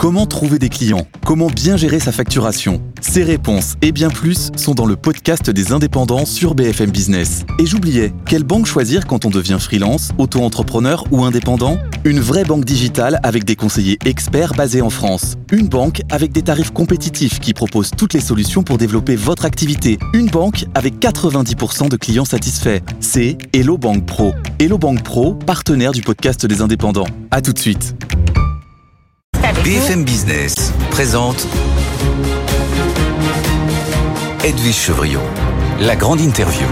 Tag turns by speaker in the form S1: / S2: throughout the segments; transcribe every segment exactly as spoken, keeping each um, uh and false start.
S1: Comment trouver des clients ? Comment bien gérer sa facturation ? Ces réponses et bien plus sont dans le podcast des indépendants sur B F M Business. Et j'oubliais, quelle banque choisir quand on devient freelance, auto-entrepreneur ou indépendant ? Une vraie banque digitale avec des conseillers experts basés en France. Une banque avec des tarifs compétitifs qui propose toutes les solutions pour développer votre activité. Une banque avec quatre-vingt-dix pour cent de clients satisfaits. C'est Hello Bank Pro. Hello Bank Pro, partenaire du podcast des indépendants. À tout de suite.
S2: B F M Business présente Edwige Chevrillon, la grande interview.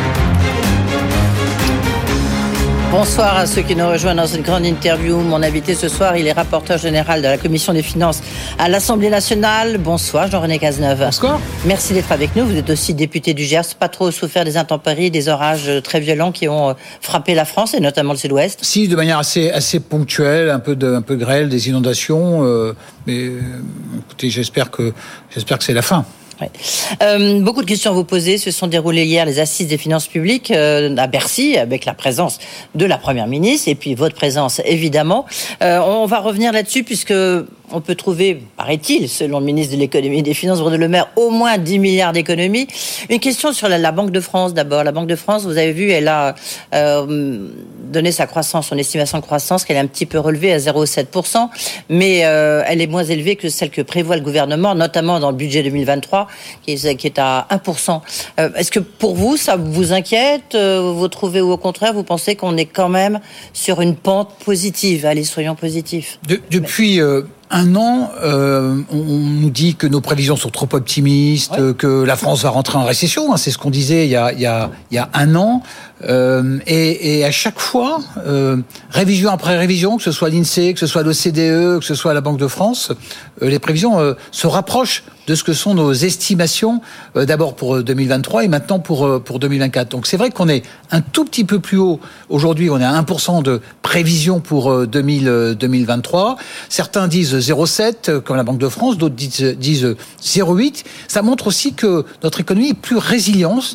S3: Bonsoir à ceux qui nous rejoignent dans cette grande interview. Mon invité ce soir, il est rapporteur général de la Commission des finances à l'Assemblée nationale. Bonsoir Jean-René Cazeneuve.
S4: Bonsoir.
S3: Merci d'être avec nous. Vous êtes aussi député du Gers, pas trop souffert des intempéries, des orages très violents qui ont frappé la France et notamment le sud-ouest.
S4: Si, de manière assez, assez ponctuelle, un peu de, un peu de grêle, des inondations. Euh, mais euh, écoutez, j'espère que, j'espère que c'est la fin.
S3: Ouais. Euh, beaucoup de questions à vous poser. Se sont déroulées hier les assises des finances publiques euh, à Bercy, avec la présence de la Première ministre et puis votre présence évidemment. Euh, on va revenir là-dessus puisque on peut trouver, paraît-il, selon le ministre de l'économie et des finances, Bruno Le Maire, au moins dix milliards d'économies. Une question sur la, la Banque de France d'abord. La Banque de France, vous avez vu, elle a euh, donné sa croissance, son estimation de croissance, qu'elle est un petit peu relevée à zéro virgule sept pour cent, mais euh, elle est moins élevée que celle que prévoit le gouvernement, notamment dans le budget deux mille vingt-trois, qui est, qui est à un pour cent. Euh, est-ce que pour vous, ça vous inquiète ? euh, Vous trouvez, ou au contraire, vous pensez qu'on est quand même sur une pente positive ? Allez, soyons positifs.
S4: De, depuis... Mais... Euh... Un an, euh, on nous dit que nos prévisions sont trop optimistes, ouais. que la France va rentrer en récession. Hein, c'est ce qu'on disait il y a, il y a, il y a un an. Euh, et, et à chaque fois, euh, révision après révision, que ce soit l'INSEE, que ce soit l'O C D E, que ce soit la Banque de France, euh, les prévisions euh, se rapprochent de ce que sont nos estimations, euh, d'abord pour deux mille vingt-trois et maintenant pour, euh, pour deux mille vingt-quatre. Donc c'est vrai qu'on est un tout petit peu plus haut. Aujourd'hui, on est à un pour cent de prévision pour euh, deux mille vingt-trois. Certains disent zéro virgule sept, comme la Banque de France, d'autres disent, disent zéro virgule huit. Ça montre aussi que notre économie est plus résiliente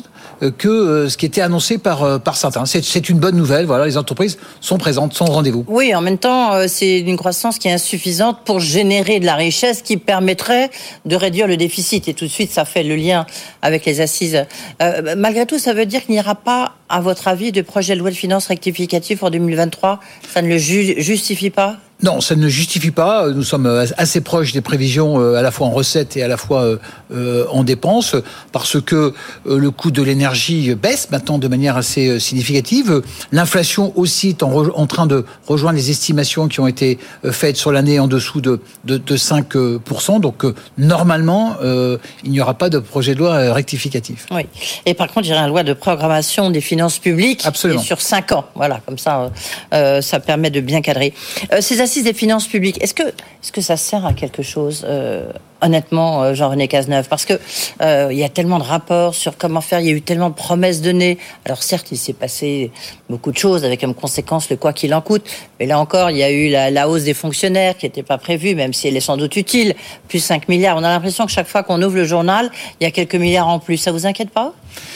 S4: que ce qui était annoncé par, par certains. C'est, c'est une bonne nouvelle. Voilà, les entreprises sont présentes, sont au rendez-vous.
S3: Oui, en même temps, c'est une croissance qui est insuffisante pour générer de la richesse qui permettrait de réduire le déficit. Et tout de suite, ça fait le lien avec les assises. Euh, malgré tout, ça veut dire qu'il n'y aura pas, à votre avis, de projet de loi de finances rectificatif pour deux mille vingt-trois ? Ça ne le ju- justifie pas ?
S4: Non, ça ne justifie pas. Nous sommes assez proches des prévisions à la fois en recettes et à la fois en dépenses parce que le coût de l'énergie baisse maintenant de manière assez significative. L'inflation aussi est en, re, en train de rejoindre les estimations qui ont été faites sur l'année en dessous de, de, de cinq pour cent. Donc normalement, euh, il n'y aura pas de projet de loi rectificatif.
S3: Oui. Et par contre, il y aura une loi de programmation des finances publiques.
S4: Absolument.
S3: Sur cinq ans. Voilà, comme ça, euh, ça permet de bien cadrer. Euh, ces assises des finances publiques, est-ce que, est-ce que ça sert à quelque chose, euh, honnêtement, Jean-René Cazeneuve ? Parce que euh, il y a tellement de rapports sur comment faire, il y a eu tellement de promesses données. Alors certes, il s'est passé beaucoup de choses avec comme conséquence le quoi qu'il en coûte, mais là encore, il y a eu la, la hausse des fonctionnaires qui n'était pas prévue, même si elle est sans doute utile, plus cinq milliards. On a l'impression que chaque fois qu'on ouvre le journal, il y a quelques milliards en plus. Ça vous inquiète pas ?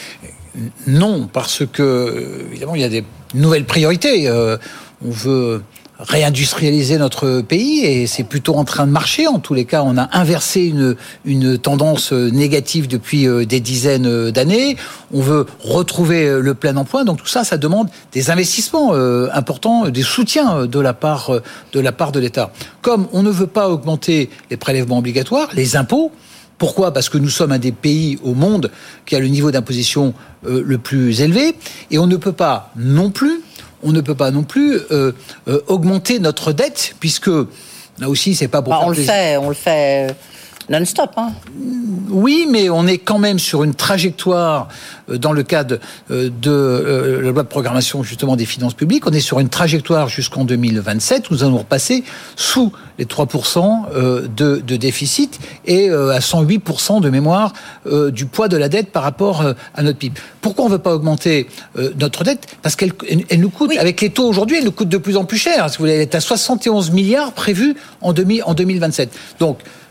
S4: Non, parce que, évidemment, il y a des nouvelles priorités. Euh, on veut réindustrialiser notre pays et c'est plutôt en train de marcher. En tous les cas, on a inversé une, une tendance négative depuis des dizaines d'années. On veut retrouver le plein emploi. Donc tout ça, ça demande des investissements euh, importants, des soutiens de la part de la part de l'État. Comme on ne veut pas augmenter les prélèvements obligatoires, les impôts. Pourquoi ? Parce que nous sommes un des pays au monde qui a le niveau d'imposition euh, le plus élevé et on ne peut pas non plus On ne peut pas non plus euh, euh, augmenter notre dette, puisque là aussi, c'est pas pour
S3: bah,
S4: faire
S3: on
S4: plaisir.
S3: le fait, on le fait non-stop, hein.
S4: Oui, mais on est quand même sur une trajectoire euh, dans le cadre euh, de euh, la loi de programmation justement des finances publiques. On est sur une trajectoire jusqu'en deux mille vingt-sept. Où nous allons repasser sous les trois pour cent euh, de, de déficit et euh, à cent huit pour cent de mémoire euh, du poids de la dette par rapport euh, à notre P I B. Pourquoi on ne veut pas augmenter euh, notre dette ? Parce qu'elle elle, elle nous coûte, oui. Avec les taux aujourd'hui, elle nous coûte de plus en plus cher. Si vous voulez, elle est à soixante et onze milliards prévus en, deux mille, en deux mille vingt-sept. Donc,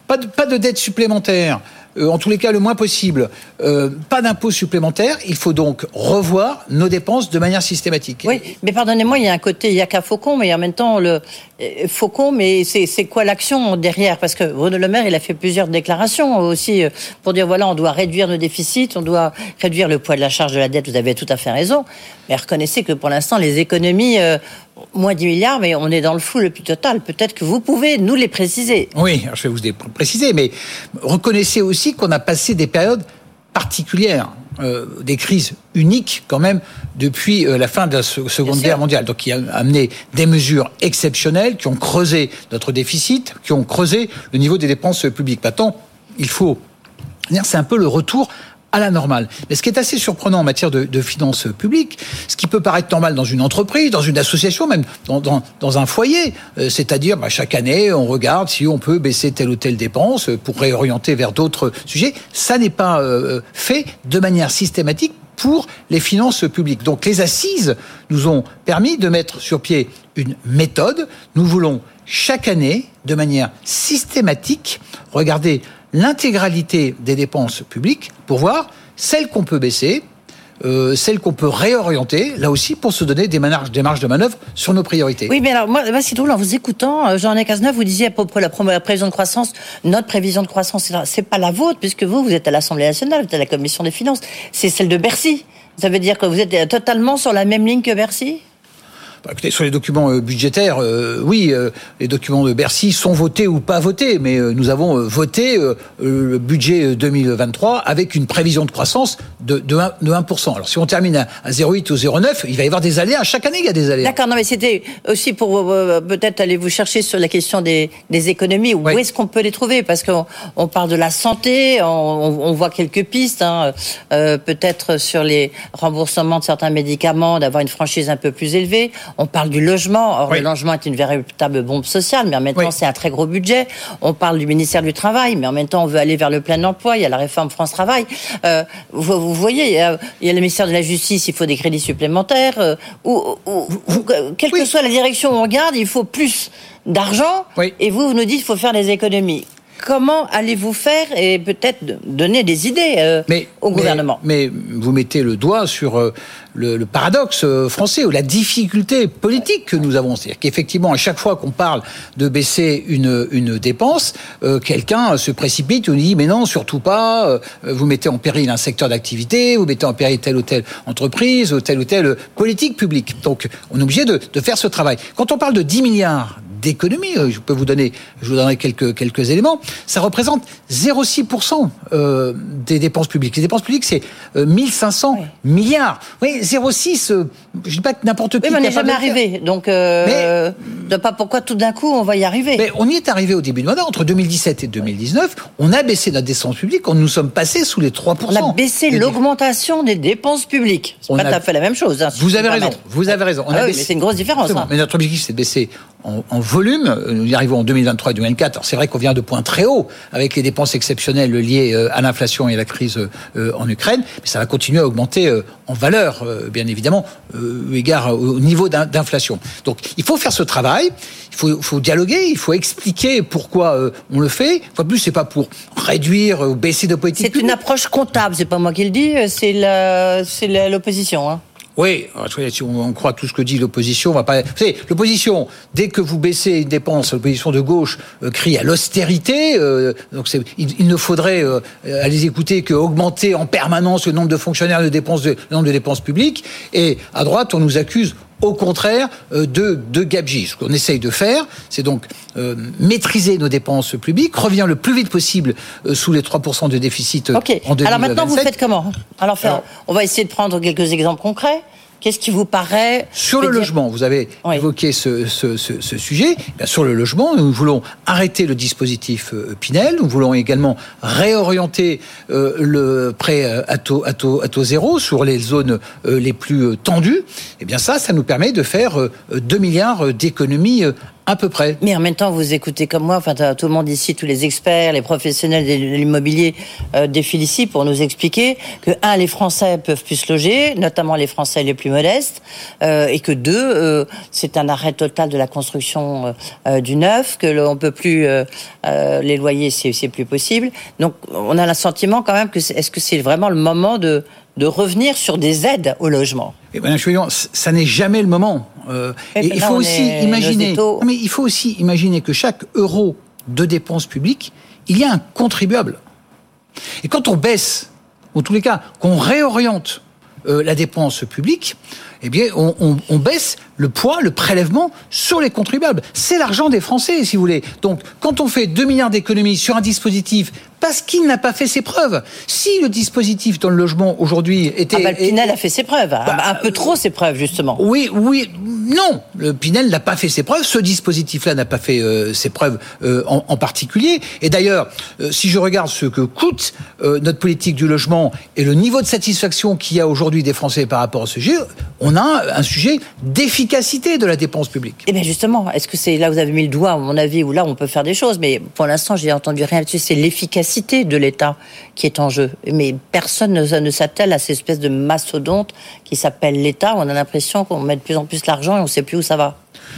S4: pas de, pas de dette supplémentaire. Euh, en tous les cas, le moins possible. Euh, pas d'impôts supplémentaires. Il faut donc revoir nos dépenses de manière systématique.
S3: Oui, mais pardonnez-moi, il y a un côté, il y a qu'à Faucon, mais en même temps, le euh, Faucon, mais c'est, c'est quoi l'action derrière? Parce que Bruno Le Maire, il a fait plusieurs déclarations aussi euh, pour dire, voilà, on doit réduire nos déficits, on doit réduire le poids de la charge de la dette. Vous avez tout à fait raison. Mais reconnaissez que pour l'instant, les économies, euh, moins dix milliards, mais on est dans le flou le plus total. Peut-être que vous pouvez nous les préciser.
S4: Oui, alors je vais vous les préciser, mais reconnaissez aussi qu'on a passé des périodes particulières, euh, des crises uniques quand même depuis euh, la fin de la Seconde Guerre mondiale. Donc qui a amené des mesures exceptionnelles qui ont creusé notre déficit, qui ont creusé le niveau des dépenses publiques. Maintenant, il faut dire, c'est un peu le retour à la normale. Mais ce qui est assez surprenant en matière de, de finances publiques, ce qui peut paraître normal dans une entreprise, dans une association, même dans, dans, dans un foyer, euh, c'est-à-dire bah, chaque année, on regarde si on peut baisser telle ou telle dépense pour réorienter vers d'autres sujets. Ça n'est pas euh, fait de manière systématique pour les finances publiques. Donc les assises nous ont permis de mettre sur pied une méthode. Nous voulons chaque année, de manière systématique, regarder l'intégralité des dépenses publiques pour voir celles qu'on peut baisser, euh, celles qu'on peut réorienter, là aussi pour se donner des marges, des marges de manœuvre sur nos priorités.
S3: Oui, mais alors moi, c'est drôle, en vous écoutant, Jean-René Cazeneuve, vous disiez à propos de la, la prévision de croissance, notre prévision de croissance, c'est pas la vôtre, puisque vous, vous êtes à l'Assemblée nationale, vous êtes à la Commission des finances, c'est celle de Bercy. Ça veut dire que vous êtes totalement sur la même ligne que Bercy ?
S4: Bah, écoutez, sur les documents euh, budgétaires, euh, oui, euh, les documents de Bercy sont votés ou pas votés, mais euh, nous avons euh, voté euh, le budget deux mille vingt-trois avec une prévision de croissance de, de, un, de un pour cent. Alors si on termine à, à zéro virgule huit ou zéro virgule neuf, il va y avoir des aléas. Chaque année, il y a des aléas.
S3: D'accord, non, mais c'était aussi pour euh, peut-être aller vous chercher sur la question des, des économies. Où oui. Est-ce qu'on peut les trouver? Parce qu'on on parle de la santé, on, on voit quelques pistes, hein, euh, peut-être sur les remboursements de certains médicaments, d'avoir une franchise un peu plus élevée. On parle du logement. Or, oui. Le logement est une véritable bombe sociale, mais en même temps, oui. c'est un très gros budget. On parle du ministère du Travail, mais en même temps, on veut aller vers le plein emploi. Il y a la réforme France Travail. Euh, vous, vous voyez, il y, a, il y a le ministère de la Justice, il faut des crédits supplémentaires. Euh, ou, ou, ou, quelle oui. que soit la direction où on regarde, il faut plus d'argent. Oui. Et vous, vous nous dites qu'il faut faire des économies. Comment allez-vous faire et peut-être donner des idées euh, mais, au gouvernement?
S4: mais, mais vous mettez le doigt sur euh, le, le paradoxe euh, français ou la difficulté politique que nous avons. C'est-à-dire qu'effectivement, à chaque fois qu'on parle de baisser une, une dépense, euh, quelqu'un se précipite et nous dit « mais non, surtout pas, euh, vous mettez en péril un secteur d'activité, vous mettez en péril telle ou telle entreprise, ou telle ou telle politique publique ». Donc, on est obligé de, de faire ce travail. Quand on parle de dix milliards d'économie, je peux vous donner, je vous donnerai quelques quelques éléments. Ça représente zéro virgule six pour cent euh, des dépenses publiques. Les dépenses publiques, c'est euh, mille cinq cents oui. milliards. Oui, zéro virgule six. Euh, je dis pas que n'importe qui.
S3: Oui, mais on n'est jamais arrivé. Donc, euh, mais, je ne sais pas pourquoi tout d'un coup on va y arriver.
S4: Mais on y est arrivé au début de mandat. Entre deux mille dix-sept et deux mille dix-neuf, on a baissé notre dépense publique. On nous sommes passés sous les trois pour cent.
S3: On a baissé l'augmentation des dépenses publiques. C'est on pas a... tout à fait la même chose. Hein, si
S4: vous avez raison. Vous avez raison. On
S3: ah
S4: a
S3: oui,
S4: baissé...
S3: mais c'est une grosse différence. Hein.
S4: Mais notre objectif, c'est de baisser en, en volume. Nous y arrivons en deux mille vingt-trois et deux mille vingt-quatre. Alors, c'est vrai qu'on vient de points très hauts avec les dépenses exceptionnelles liées à l'inflation et à la crise en Ukraine, mais ça va continuer à augmenter en valeur, bien évidemment, eu égard au niveau d'inflation. Donc, il faut faire ce travail, il faut, faut dialoguer, il faut expliquer pourquoi on le fait. Une fois de plus, c'est pas pour réduire ou baisser de politique
S3: publique.
S4: C'est
S3: une approche comptable, c'est pas moi qui le dis, c'est la, c'est la, l'opposition, hein.
S4: Oui, si on croit tout ce que dit l'opposition, on va pas. Vous savez, l'opposition, dès que vous baissez une dépense, l'opposition de gauche euh, crie à l'austérité. Euh, donc, c'est, il, il ne faudrait euh, à les écouter qu'augmenter en permanence le nombre de fonctionnaires, de dépenses, de, le nombre de dépenses publiques. Et à droite, on nous accuse au contraire euh, de, de gabegie. Ce qu'on essaye de faire, c'est donc euh, maîtriser nos dépenses publiques, revenir le plus vite possible euh, sous les trois pour cent de déficit
S3: okay.
S4: en deux mille vingt-sept.
S3: Alors maintenant, vous faites comment? Alors, Alors, on va essayer de prendre quelques exemples concrets. Qu'est-ce qui vous paraît...
S4: Sur le dire... logement, vous avez oui. évoqué ce, ce, ce, ce sujet. Bien, sur le logement, nous voulons arrêter le dispositif euh, Pinel. Nous voulons également réorienter euh, le prêt à taux, à, taux, à taux zéro sur les zones euh, les plus euh, tendues. Et bien ça, ça nous permet de faire euh, deux milliards d'économies euh, À peu près.
S3: Mais en même temps, vous écoutez comme moi, enfin, tout le monde ici, tous les experts, les professionnels de l'immobilier euh, défilent ici pour nous expliquer que, un, les Français peuvent plus se loger, notamment les Français les plus modestes, euh, et que, deux, euh, c'est un arrêt total de la construction euh, du neuf, que l'on peut plus, euh, euh, les loyers, c'est, c'est plus possible. Donc, on a le sentiment quand même que, c'est, est-ce que c'est vraiment le moment de, de revenir sur des aides au logement?
S4: Eh ben, ça n'est jamais le moment. Euh, et il faut aussi imaginer, non, mais il faut aussi imaginer que chaque euro de dépenses publiques, il y a un contribuable. Et quand on baisse, en tous les cas, qu'on réoriente euh, la dépense publique, eh bien, on, on, on baisse le poids, le prélèvement sur les contribuables. C'est l'argent des Français, si vous voulez. Donc, quand on fait deux milliards d'économies sur un dispositif parce qu'il n'a pas fait ses preuves. Si le dispositif dans le logement aujourd'hui était...
S3: Ah bah, le Pinel a fait ses preuves, bah, un peu trop ses preuves justement.
S4: Oui, oui, non, le Pinel n'a pas fait ses preuves, ce dispositif-là n'a pas fait euh, ses preuves euh, en, en particulier. Et d'ailleurs, euh, si je regarde ce que coûte euh, notre politique du logement et le niveau de satisfaction qu'il y a aujourd'hui des Français par rapport à ce sujet, on a un sujet d'efficacité de la dépense publique.
S3: Eh bien justement, est-ce que c'est là où vous avez mis le doigt, à mon avis, où là on peut faire des choses, mais pour l'instant j'ai entendu rien là-dessus, c'est l'efficacité de l'État qui est en jeu. Mais personne ne, ne s'attelle à cette espèce de mastodonte qui s'appelle l'État. On a l'impression qu'on met de plus en plus l'argent et on ne sait plus où ça va.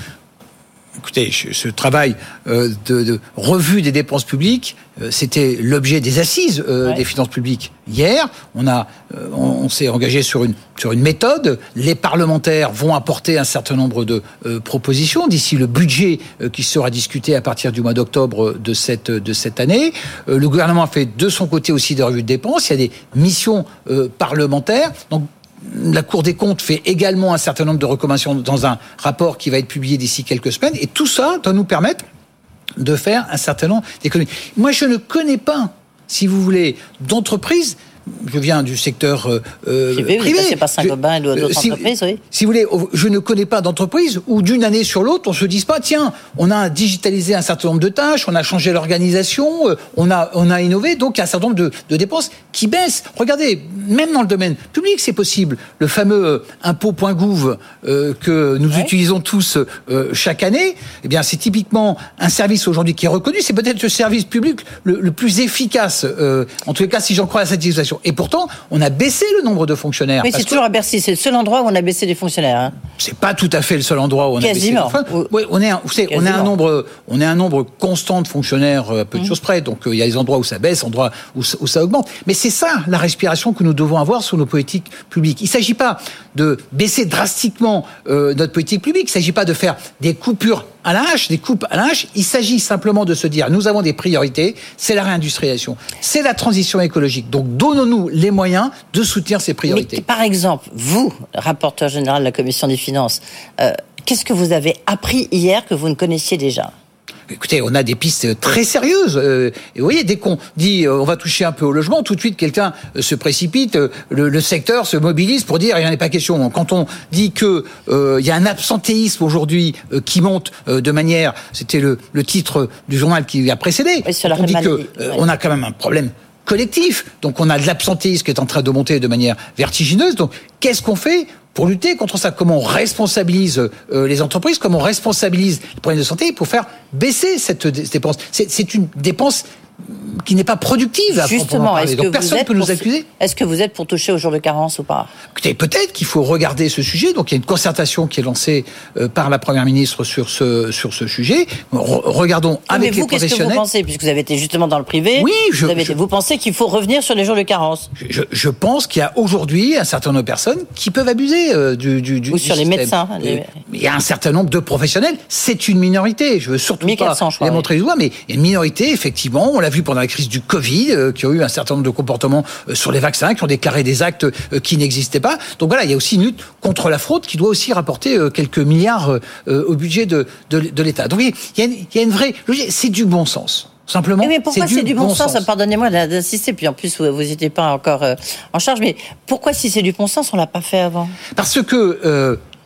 S4: Écoutez, ce travail euh, de, de revue des dépenses publiques, euh, c'était l'objet des assises euh, ouais. des finances publiques. Hier, on a, euh, on, on s'est engagé sur une sur une méthode. Les parlementaires vont apporter un certain nombre de euh, propositions d'ici le budget euh, qui sera discuté à partir du mois d'octobre de cette de cette année. Euh, le gouvernement a fait de son côté aussi des revues de dépenses. Il y a des missions euh, parlementaires. Donc la Cour des comptes fait également un certain nombre de recommandations dans un rapport qui va être publié d'ici quelques semaines. Et tout ça doit nous permettre de faire un certain nombre d'économies. Moi, je ne connais pas, si vous voulez, d'entreprises. Je viens du secteur euh,
S3: privé.
S4: privé.
S3: C'est pas Saint-Gobain et d'autres
S4: si,
S3: entreprises, oui.
S4: Si vous voulez, je ne connais pas d'entreprise où d'une année sur l'autre, on se dise pas, tiens, on a digitalisé un certain nombre de tâches, on a changé l'organisation, on a, on a innové, donc il y a un certain nombre de, de dépenses qui baissent. Regardez, même dans le domaine public, c'est possible. Le fameux impôt.gouv euh, que nous ouais. utilisons tous euh, chaque année, eh bien, c'est typiquement un service aujourd'hui qui est reconnu. C'est peut-être le service public le, le plus efficace, euh, en tous les cas, si j'en crois à cette situation. Et pourtant, on a baissé le nombre de fonctionnaires.
S3: Oui, c'est toujours à Bercy. C'est le seul endroit où on a baissé les fonctionnaires. Hein.
S4: C'est pas tout à fait le seul endroit où on
S3: Quasiment.
S4: a baissé. Enfin, oui, on est, un, vous savez, on est un nombre, on est un nombre constant de fonctionnaires à peu de mmh. choses près. Donc, il euh, y a des endroits où ça baisse, endroits où, où ça augmente. Mais c'est ça la respiration que nous devons avoir sur nos politiques publiques. Il ne s'agit pas de baisser drastiquement euh, notre politique publique. Il ne s'agit pas de faire des coupures à la hache, des coupes à la hache. Il s'agit simplement de se dire, nous avons des priorités, c'est la réindustrialisation, c'est la transition écologique. Donc, donnons-nous les moyens de soutenir ces priorités.
S3: Mais, par exemple, vous, rapporteur général de la Commission des finances, euh, qu'est-ce que vous avez appris hier que vous ne connaissiez déjà ?
S4: Écoutez, on a des pistes très sérieuses. Euh, et vous voyez, dès qu'on dit euh, on va toucher un peu au logement, tout de suite quelqu'un euh, se précipite, euh, le, le secteur se mobilise pour dire il n'y en a pas question. Quand on dit que euh, il y a un absentéisme aujourd'hui euh, qui monte euh, de manière, c'était le, le titre du journal qui a précédé,
S3: oui,
S4: on dit
S3: que
S4: euh, ouais. on a quand même un problème collectif. Donc on a de l'absentéisme qui est en train de monter de manière vertigineuse. Donc qu'est-ce qu'on fait pour lutter contre ça? Comment on responsabilise euh, les entreprises? Comment on responsabilise les problèmes de santé pour faire baisser cette dépense? C'est, c'est une dépense qui n'est pas productive à
S3: Justement,
S4: est-ce que
S3: donc personne
S4: ne peut nous accuser.
S3: Est-ce que vous êtes pour toucher au jour de carence ou pas?
S4: Écoutez, peut-être qu'il faut regarder ce sujet. Donc il y a une concertation qui est lancée euh, par la Première ministre sur ce sur ce sujet. Re- regardons avec
S3: mais vous,
S4: les professionnels.
S3: Qu'est-ce que vous pensez, puisque vous avez été justement dans le privé?
S4: Oui, je,
S3: vous, avez
S4: je,
S3: été, vous pensez qu'il faut revenir sur les jours de carence?
S4: Je, je pense qu'il y a aujourd'hui un certain nombre de personnes qui peuvent abuser euh, du, du, du
S3: ou sur
S4: du
S3: les
S4: système.
S3: médecins.
S4: Les... Euh, il y a un certain nombre de professionnels. C'est une minorité. Je veux surtout pas les montrer du doigt, mais il y a une minorité. Effectivement, on l'a vu pendant la crise du Covid, euh, qui ont eu un certain nombre de comportements euh, sur les vaccins, qui ont déclaré des actes euh, qui n'existaient pas. Donc voilà, il y a aussi une lutte contre la fraude qui doit aussi rapporter euh, quelques milliards euh, au budget de, de, de l'État. Donc il y a une, il y a une vraie... C'est du bon sens. Simplement,
S3: mais pourquoi c'est,
S4: c'est
S3: du,
S4: du
S3: bon,
S4: bon
S3: sens,
S4: sens.
S3: Pardonnez-moi d'insister, puis en plus vous n'étiez pas encore euh, en charge, mais pourquoi si c'est du bon sens, on l'a pas fait avant?
S4: Parce que... Euh,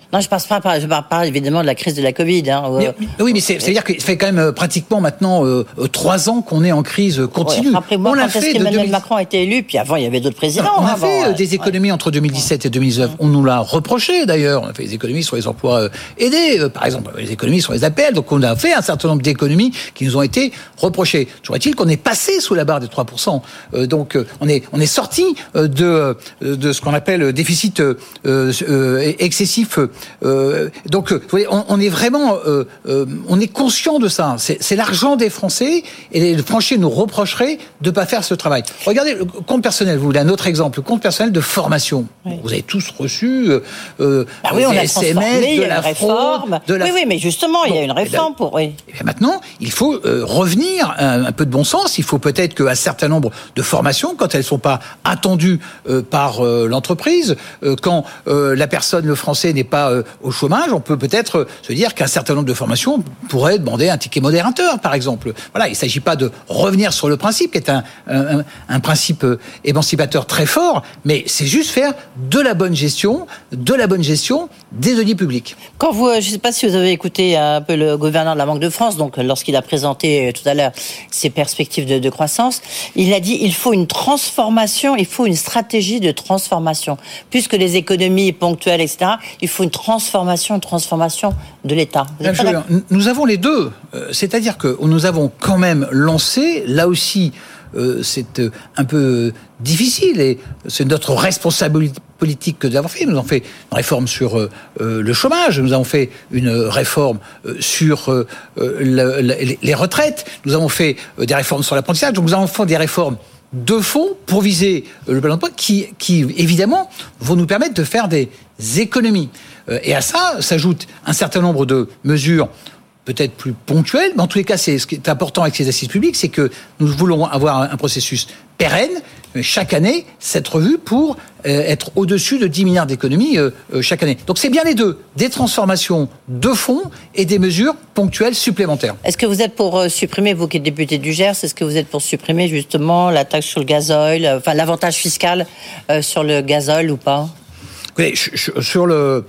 S3: Non, je passe pas par, je parle pas évidemment de la crise de la Covid. Hein,
S4: mais, mais, oui, mais c'est, c'est-à-dire que ça fait quand même pratiquement maintenant euh, trois ans qu'on est en crise continue.
S3: Ouais, rappelez-moi,
S4: on
S3: quand
S4: l'a
S3: est-ce
S4: fait
S3: qu'Emmanuel
S4: deux mille...
S3: Macron a été élu, puis avant il y avait d'autres présidents.
S4: Alors, on a
S3: avant,
S4: fait
S3: ouais.
S4: des économies
S3: ouais.
S4: entre deux mille dix-sept et deux mille dix-neuf. On nous l'a reproché d'ailleurs. On a fait des économies sur les emplois euh, aidés, euh, par exemple, les économies sur les A P L. Donc on a fait un certain nombre d'économies qui nous ont été reprochées. Toujours est-il qu'on est passé sous la barre des trois pour cent. Euh, donc euh, on est on est sorti euh, de de ce qu'on appelle déficit euh, euh, excessif. Euh, donc vous voyez, on, on est vraiment euh, euh, on est conscient de ça. C'est, c'est l'argent des Français et les Français nous reprocheraient de pas faire ce travail. Regardez le compte personnel. Vous voulez un autre exemple, le compte personnel de formation. Oui. Vous avez tous reçu euh,
S3: bah oui, on
S4: des
S3: a
S4: S M S, de la fraude, de la...
S3: Oui, oui, mais justement, bon, il y a une réforme
S4: ben,
S3: pour. Oui.
S4: Et bien maintenant, il faut euh, revenir un, un peu de bon sens. Il faut peut-être qu'un certain nombre de formations, quand elles sont pas attendues euh, par euh, l'entreprise, euh, quand euh, la personne, le Français, n'est pas euh, au chômage, on peut peut-être euh, se dire qu'un certain nombre de formations pourrait demander un ticket modérateur, par exemple. Voilà, il ne s'agit pas de revenir sur le principe, qui est un, un, un principe euh, émancipateur très fort, mais c'est juste faire de la bonne gestion, de la bonne gestion des deniers publics.
S3: Quand vous, je ne sais pas si vous avez écouté un peu le gouverneur de la Banque de France, donc lorsqu'il a présenté tout à l'heure ses perspectives de, de croissance, il a dit il faut une transformation, il faut une stratégie de transformation. Plus que les économies ponctuelles, et cetera, il faut une transformation, une transformation de l'État.
S4: Nous avons les deux. C'est-à-dire que nous avons quand même lancé, là aussi, euh, c'est un peu difficile et c'est notre responsabilité politique que nous avons fait. Nous avons fait une réforme sur euh, le chômage, nous avons fait une réforme euh, sur euh, le, le, les retraites, nous avons fait euh, des réformes sur l'apprentissage, donc nous avons fait des réformes de fond pour viser le plein emploi qui, qui, évidemment, vont nous permettre de faire des économies. Euh, et à ça s'ajoute un certain nombre de mesures peut-être plus ponctuelles, mais en tous les cas, c'est ce qui est important avec ces assises publiques, c'est que nous voulons avoir un processus pérenne, chaque année, cette revue pour euh, être au-dessus de dix milliards d'économies euh, euh, chaque année. Donc c'est bien les deux, des transformations de fond et des mesures ponctuelles supplémentaires.
S3: Est-ce que vous êtes pour euh, supprimer, vous qui êtes député du Gers, est-ce que vous êtes pour supprimer justement la taxe sur le gazole, euh, enfin l'avantage fiscal euh, sur le gazole ou pas ?
S4: Écoutez, je, je, sur le...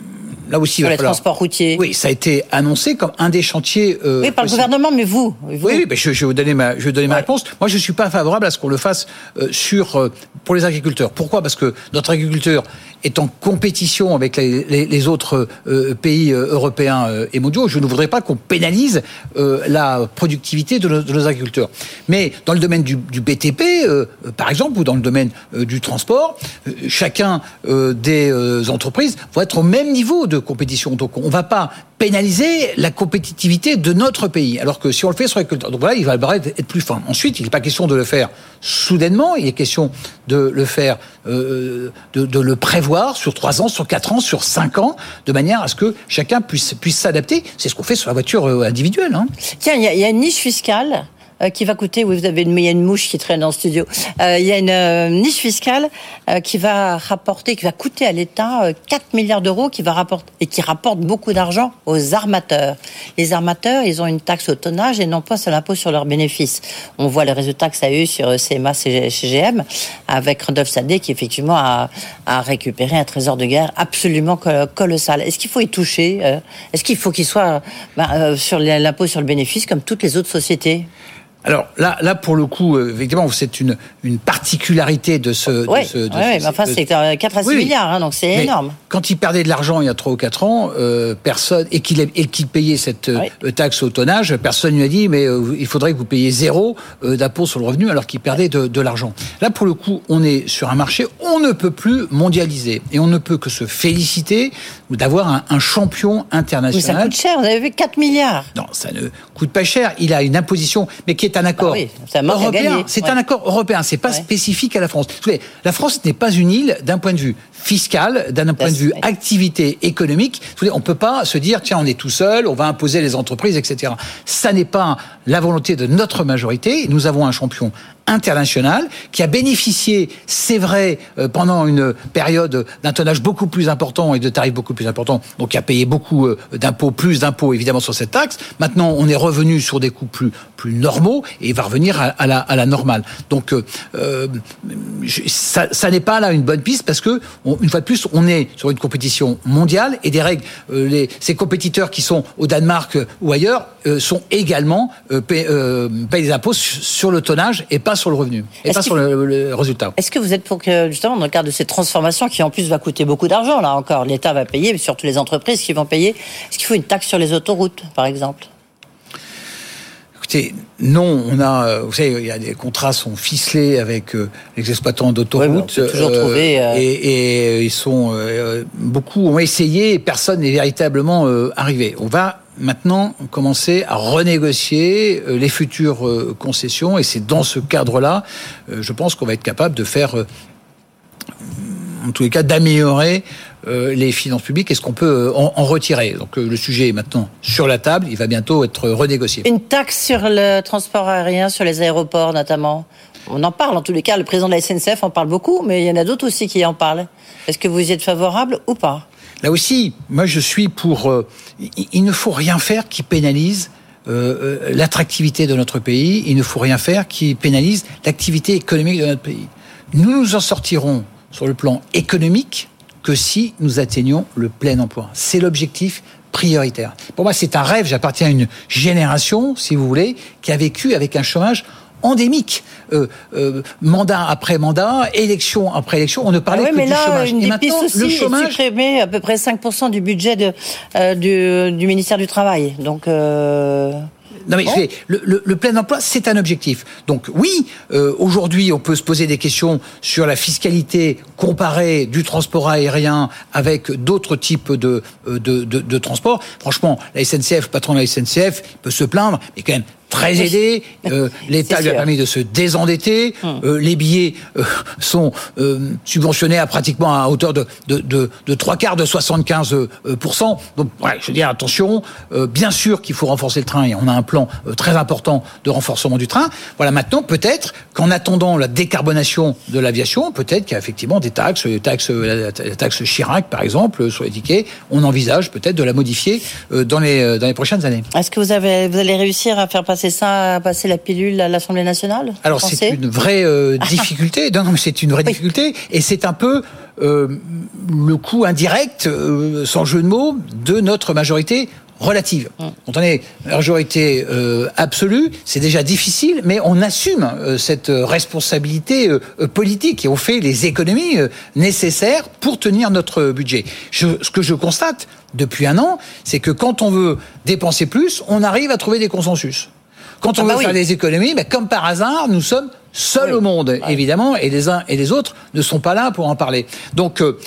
S4: Là aussi,
S3: sur les
S4: falloir...
S3: transports routiers.
S4: Oui, ça a été annoncé comme un des chantiers. Euh,
S3: oui, par
S4: possibles.
S3: le gouvernement, mais vous. vous.
S4: Oui, oui, je, je vais vous donner ma, je vais vous donner ouais. ma réponse. Moi, je suis pas favorable à ce qu'on le fasse euh, sur euh, pour les agriculteurs. Pourquoi ? Parce que notre agriculteur est en compétition avec les, les, les autres euh, pays euh, européens euh, et mondiaux. Je ne voudrais pas qu'on pénalise euh, la productivité de nos, de nos agriculteurs. Mais dans le domaine du, du B T P, euh, par exemple, ou dans le domaine euh, du transport, euh, chacun euh, des euh, entreprises va être au même niveau de compétition. Donc, on ne va pas pénaliser la compétitivité de notre pays. Alors que si on le fait sur l'agriculteur, donc voilà, il va être plus fin. Ensuite, il n'est pas question de le faire soudainement, il est question de le faire, euh, de, de le prévoir sur trois ans, sur quatre ans, sur cinq ans, de manière à ce que chacun puisse, puisse s'adapter. C'est ce qu'on fait sur la voiture individuelle. Hein.
S3: Tiens, il y, y a une niche fiscale Euh, qui va coûter, oui, vous avez une, il y a une mouche qui traîne dans le studio. Euh, il y a une euh, niche fiscale euh, qui va rapporter, qui va coûter à l'État euh, quatre milliards d'euros, qui va rapporter et qui rapporte beaucoup d'argent aux armateurs. Les armateurs, ils ont une taxe au tonnage et non pas sur l'impôt sur leurs bénéfices. On voit les résultats que ça a eu sur C M A C G M avec Rodolphe Sadé qui effectivement a, a récupéré un trésor de guerre absolument colossal. Est-ce qu'il faut y toucher euh, Est-ce qu'il faut qu'il soit ben, euh, sur l'impôt sur le bénéfice comme toutes les autres sociétés ?
S4: Alors là, là pour le coup, effectivement, c'est une une particularité de ce.
S3: Oui,
S4: de ce, de
S3: ouais,
S4: ce,
S3: mais enfin,
S4: de,
S3: c'est quatre à six
S4: oui,
S3: milliards, hein, donc c'est
S4: mais
S3: énorme.
S4: Quand il perdait de l'argent il y a trois ou quatre ans, euh, personne et qu'il et qu'il payait cette oui. euh, taxe au tonnage, personne lui a dit mais euh, il faudrait que vous payiez zéro euh, d'impôt sur le revenu alors qu'il perdait de, de l'argent. Là, pour le coup, on est sur un marché, on ne peut plus mondialiser et on ne peut que se féliciter d'avoir un, un champion international.
S3: Mais ça coûte cher. Vous avez vu quatre milliards.
S4: Non, ça ne coûte pas cher. Il a une imposition, mais qui est un accord.
S3: Bah oui. Ça
S4: européen, c'est ouais. un accord européen, c'est pas ouais. spécifique à la France. La France n'est pas une île d'un point de vue fiscal, d'un point de vue ouais. activité économique. On peut pas se dire tiens on est tout seul, on va imposer les entreprises, et cetera. Ça n'est pas la volonté de notre majorité. Nous avons un champion international qui a bénéficié, c'est vrai, euh, pendant une période d'un tonnage beaucoup plus important et de tarifs beaucoup plus importants, donc qui a payé beaucoup euh, d'impôts, plus d'impôts évidemment sur cette taxe. Maintenant, on est revenu sur des coûts plus plus normaux. zéro et il va revenir à, à, la, à la normale. Donc, euh, je, ça, ça n'est pas là une bonne piste parce que, on, une fois de plus, on est sur une compétition mondiale et des règles. Euh, les, ces compétiteurs qui sont au Danemark euh, ou ailleurs euh, sont également euh, paient, euh, paient des impôts sur le tonnage et pas sur le revenu, et
S3: est-ce
S4: pas
S3: que,
S4: sur le, le résultat.
S3: Est-ce que vous êtes pour que, justement, dans le cadre de cette transformation qui en plus va coûter beaucoup d'argent, là encore, l'État va payer, mais surtout les entreprises qui vont payer, est-ce qu'il faut une taxe sur les autoroutes, par exemple ?
S4: Écoutez, non, on a, vous savez, il y a des contrats sont ficelés avec euh, les exploitants d'autoroutes,
S3: oui, toujours euh, trouver, euh...
S4: et, et ils sont euh, beaucoup ont essayé et personne n'est véritablement euh, arrivé. On va maintenant commencer à renégocier euh, les futures euh, concessions et c'est dans ce cadre-là, euh, je pense qu'on va être capable de faire, euh, en tous les cas, d'améliorer Euh, les finances publiques, est-ce qu'on peut en, en retirer ? Donc euh, le sujet est maintenant sur la table, il va bientôt être renégocié.
S3: Une taxe sur le transport aérien, sur les aéroports notamment. On en parle en tous les cas, le président de la S N C F en parle beaucoup, mais il y en a d'autres aussi qui en parlent. Est-ce que vous y êtes favorable ou pas ?
S4: Là aussi, moi je suis pour... Euh, il, il ne faut rien faire qui pénalise euh, l'attractivité de notre pays, il ne faut rien faire qui pénalise l'activité économique de notre pays. Nous nous en sortirons sur le plan économique que si nous atteignons le plein emploi. C'est l'objectif prioritaire. Pour moi, c'est un rêve. J'appartiens à une génération, si vous voulez, qui a vécu avec un chômage endémique. Euh, euh, mandat après mandat, élection après élection, on ne parlait
S3: ah ouais,
S4: que
S3: mais
S4: du
S3: là,
S4: chômage.
S3: Une
S4: Et
S3: des pistes aussi,
S4: le chômage,
S3: supprimer à peu près cinq pour cent du budget de, euh, du, du ministère du Travail. Donc... Euh...
S4: Non mais bon. le, le, le plein emploi, c'est un objectif. Donc oui, euh, aujourd'hui, on peut se poser des questions sur la fiscalité comparée du transport aérien avec d'autres types de, de, de, de transport. Franchement, la S N C F, le patron de la S N C F, peut se plaindre, mais quand même très aidé. Euh, L'État lui a permis de se désendetter. Hum. Euh, les billets euh, sont euh, subventionnés à pratiquement à hauteur de, de, de, de trois quarts de soixante-quinze pour cent. Donc, ouais, je veux dire, attention. Euh, bien sûr qu'il faut renforcer le train et on a un plan euh, très important de renforcement du train. Voilà, maintenant, peut-être qu'en attendant la décarbonation de l'aviation, peut-être qu'il y a effectivement des taxes, les taxes, la taxe Chirac, par exemple, sur les tickets. On envisage peut-être de la modifier euh, dans les, dans les prochaines années.
S3: Est-ce que vous avez, vous allez réussir à faire passer C'est ça, passer la pilule à l'Assemblée nationale ?
S4: Alors c'est une vraie euh, difficulté. Non, non, mais c'est une vraie oui. difficulté, et c'est un peu euh, le coût indirect, euh, sans jeu de mots, de notre majorité relative. Mmh. Quand on est majorité euh, absolue, c'est déjà difficile, mais on assume euh, cette responsabilité euh, politique et on fait les économies euh, nécessaires pour tenir notre budget. Je, ce que je constate depuis un an, c'est que quand on veut dépenser plus, on arrive à trouver des consensus. Quand on ah bah veut oui. faire des économies, bah, comme par hasard, nous sommes seuls oui. au monde, ouais. évidemment, et les uns et les autres ne sont pas là pour en parler. Donc, euh,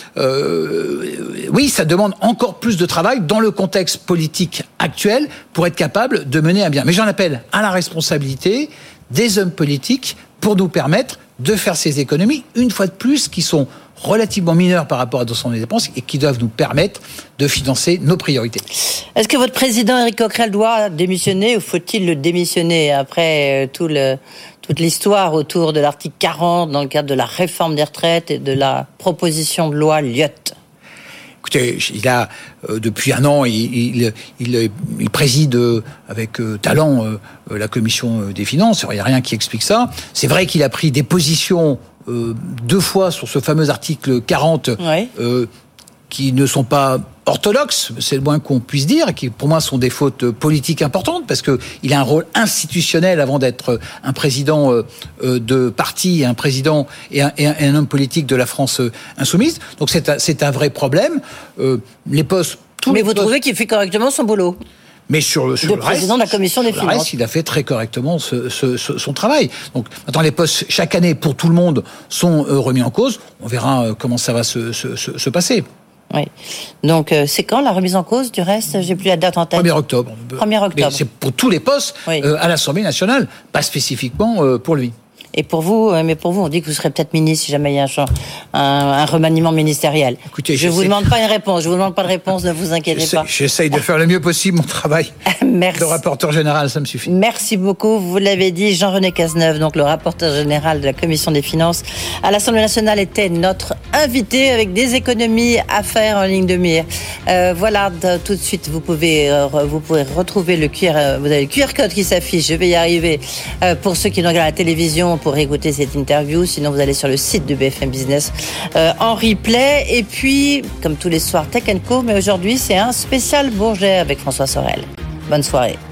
S4: euh, oui, ça demande encore plus de travail dans le contexte politique actuel pour être capable de mener à bien. Mais j'en appelle à la responsabilité des hommes politiques pour nous permettre de faire ces économies, une fois de plus, qui sont relativement mineures par rapport à l'ensemble des dépenses et qui doivent nous permettre de financer nos priorités.
S3: Est-ce que votre président Éric Coquerel doit démissionner ou faut-il le démissionner après tout le, toute l'histoire autour de l'article quarante dans le cadre de la réforme des retraites et de la proposition de loi Lyotte ?
S4: Écoutez, il a euh, depuis un an, il, il, il, il préside euh, avec euh, talent euh, la commission des finances. Il n'y a rien qui explique ça. C'est vrai qu'il a pris des positions euh, deux fois sur ce fameux article quarante, ouais. euh, qui ne sont pas orthodoxes, c'est le moins qu'on puisse dire, et qui pour moi sont des fautes politiques importantes, parce que il a un rôle institutionnel avant d'être un président de parti, un président et un, et un, et un homme politique de la France insoumise. Donc c'est un, c'est un vrai problème. Euh, les postes. Tous
S3: Mais
S4: les
S3: vous
S4: postes,
S3: trouvez qu'il fait correctement son boulot ?
S4: Mais sur, sur
S3: le,
S4: le
S3: président
S4: reste,
S3: de la commission des
S4: sur
S3: finances.
S4: Le reste, il a fait très correctement ce, ce, ce, son travail. Donc, maintenant, les postes, chaque année, pour tout le monde, sont euh, remis en cause. On verra euh, comment ça va se, se, se, se passer.
S3: Oui. Donc, euh, c'est quand la remise en cause du reste ? J'ai plus la date en tête.
S4: premier octobre.
S3: premier octobre.
S4: Mais c'est pour tous les postes oui. euh, à l'Assemblée nationale, pas spécifiquement euh, pour lui.
S3: Et pour vous, mais pour vous, on dit que vous serez peut-être ministre si jamais il y a un, un, un remaniement ministériel.
S4: Écoutez,
S3: je ne vous demande pas une réponse, je vous demande pas de réponse, ne vous inquiétez
S4: j'essaie,
S3: pas.
S4: J'essaye de faire le mieux possible mon travail.
S3: Merci.
S4: De rapporteur général, ça me suffit.
S3: Merci beaucoup. Vous l'avez dit, Jean-René Cazeneuve, donc le rapporteur général de la Commission des finances à l'Assemblée nationale, était notre invité avec des économies à faire en ligne de mire. Euh, voilà, tout de suite, vous pouvez, euh, vous pouvez retrouver le Q R, vous avez le Q R code qui s'affiche. Je vais y arriver. Euh, pour ceux qui nous regardent à la télévision, pour écouter cette interview. Sinon, vous allez sur le site de B F M Business euh, en replay. Et puis, comme tous les soirs, Tech and Co. Mais aujourd'hui, c'est un spécial Bourget avec François Sorel. Bonne soirée.